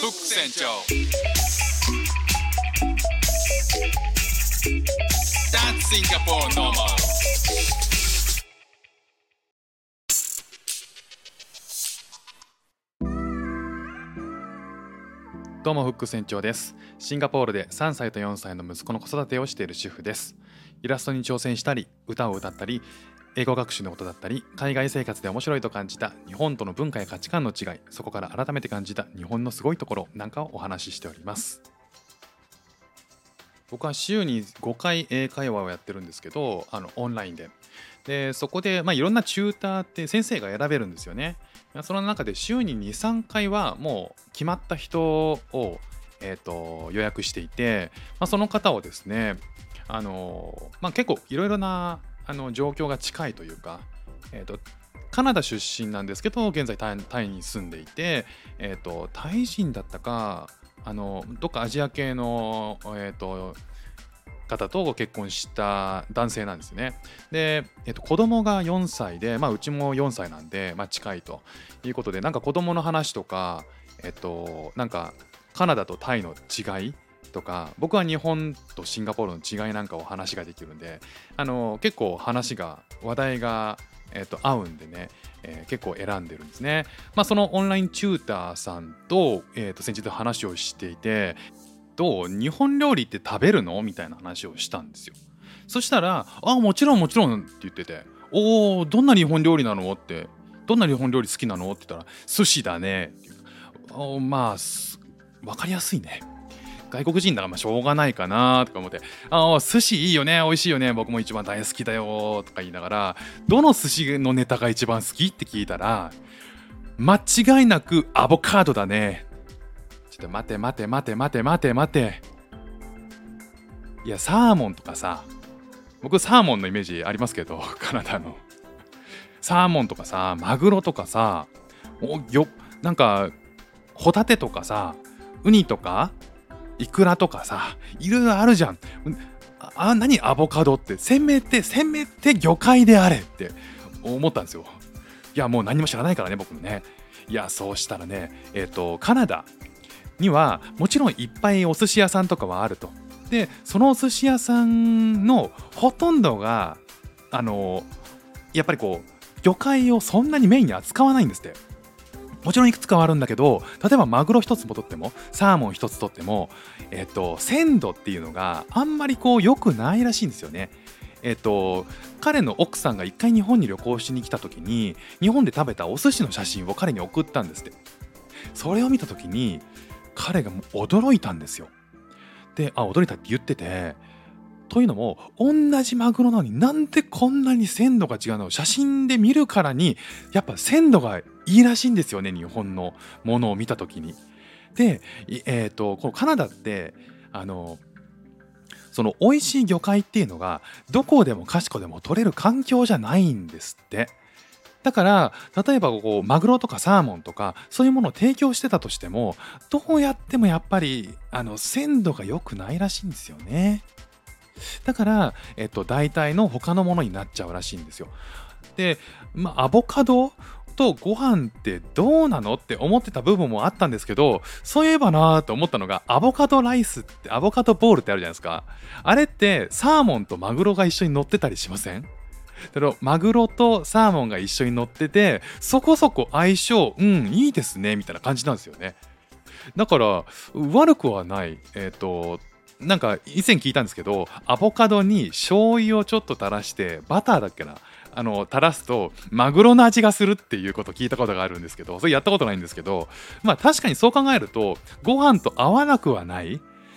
フック船長 That's Singapore normal。 どうもフック船長です。シンガポールで3歳と4歳の息子の子育てをしている主婦です。イラストに挑戦したり、歌を歌ったり、英語学習のことだったり、海外生活で面白いと感じた日本との文化や価値観の違い、そこから改めて感じた日本のすごいところなんかをお話ししております。僕は週に5回英会話をやってるんですけど、オンラインで。で、そこで、いろんなチューターって先生が選べるんですよね。その中で週に2、3回はもう決まった人を、予約していて、その方をですね、結構いろいろな状況が近いというか、カナダ出身なんですけど現在タイに住んでいて、タイ人だったかどっかアジア系の、方と結婚した男性なんですね。で、子供が4歳で、うちも4歳なんで、近いということで、なんか子供の話とか、なんかカナダとタイの違いとか、僕は日本とシンガポールの違いなんかを話ができるんで、結構話題が、合うんでね、結構選んでるんですね。そのオンラインチューターさんと、先日話をしていて、日本料理って食べるのみたいな話をしたんですよ。そしたら、もちろんもちろんって言ってて、どんな日本料理なのって、どんな日本料理好きなのって言ったら、寿司だねっていう。わかりやすいね。外国人だからしょうがないかなとか思って、寿司いいよね、美味しいよね、僕も一番大好きだよとか言いながら、どの寿司のネタが一番好きって聞いたら、間違いなくアボカドだね。ちょっと待て。いや、サーモンとかさ、僕サーモンのイメージありますけど、カナダのサーモンとかさ、マグロとかさ、なんかホタテとかさ、ウニとかイクラとかさ、いろいろあるじゃん。何アボカドって、せめて魚介であれって思ったんですよ。いや、もう何も知らないからね、僕もね。いや、そうしたらね、カナダにはもちろんいっぱいお寿司屋さんとかはあると。で、そのお寿司屋さんのほとんどがやっぱり魚介をそんなにメインに扱わないんですって。もちろんいくつかはあるんだけど、例えばマグロ一つも取ってもサーモン一つ取っても、鮮度っていうのがあんまり良くないらしいんですよね。彼の奥さんが一回日本に旅行しに来た時に、日本で食べたお寿司の写真を彼に送ったんですって。それを見た時に彼がもう驚いたんですよ。で、驚いたって言ってて、というのも同じマグロなのになんでこんなに鮮度が違うのを写真で見るからに、やっぱ鮮度がいいらしいんですよね、日本のものを見た時に。で、このカナダってその美味しい魚介っていうのがどこでもかしこでも取れる環境じゃないんですって。だから例えばマグロとかサーモンとかそういうものを提供してたとしても、どうやってもやっぱり鮮度が良くないらしいんですよね。だから、大体の他のものになっちゃうらしいんですよ。で、アボカドとご飯ってどうなのって思ってた部分もあったんですけど、そういえばなーと思ったのが、アボカドライスってアボカドボールってあるじゃないですか。あれってサーモンとマグロが一緒に乗ってたりしません？マグロとサーモンが一緒に乗ってて、そこそこ相性いいですねみたいな感じなんですよね。だから悪くはない。なんか以前聞いたんですけど、アボカドに醤油をちょっと垂らしてバターだっけな、垂らすとマグロの味がするっていうことを聞いたことがあるんですけど、それやったことないんですけど、確かにそう考えるとご飯と合わなくはない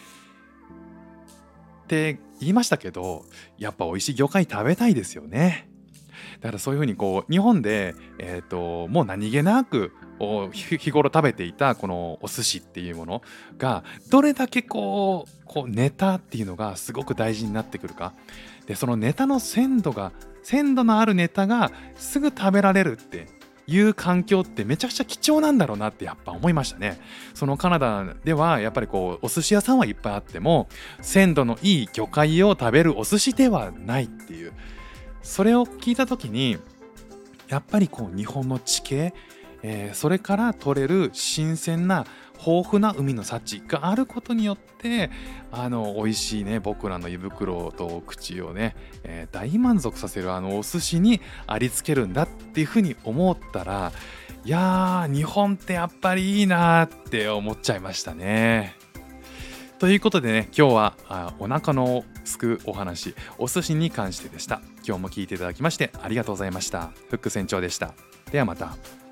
って言いましたけど、やっぱ美味しい魚介食べたいですよね。だからそういうふうに日本で、もう何気なく日頃食べていたこのお寿司っていうものがどれだけネタっていうのがすごく大事になってくるか。で、そのネタの鮮度のあるネタがすぐ食べられるっていう環境ってめちゃくちゃ貴重なんだろうなってやっぱ思いましたね。そのカナダではやっぱりお寿司屋さんはいっぱいあっても、鮮度のいい魚介を食べるお寿司ではないっていう、それを聞いた時にやっぱり日本の地形、 それから取れる新鮮な豊富な海の幸があることによって美味しいね僕らの胃袋と口をね、大満足させるお寿司にありつけるんだっていうふうに思ったら、いやー日本ってやっぱりいいなって思っちゃいましたね。ということでね、今日はお腹のすくお話、お寿司に関してでした。今日も聞いていただきましてありがとうございました。フック船長でした。ではまた。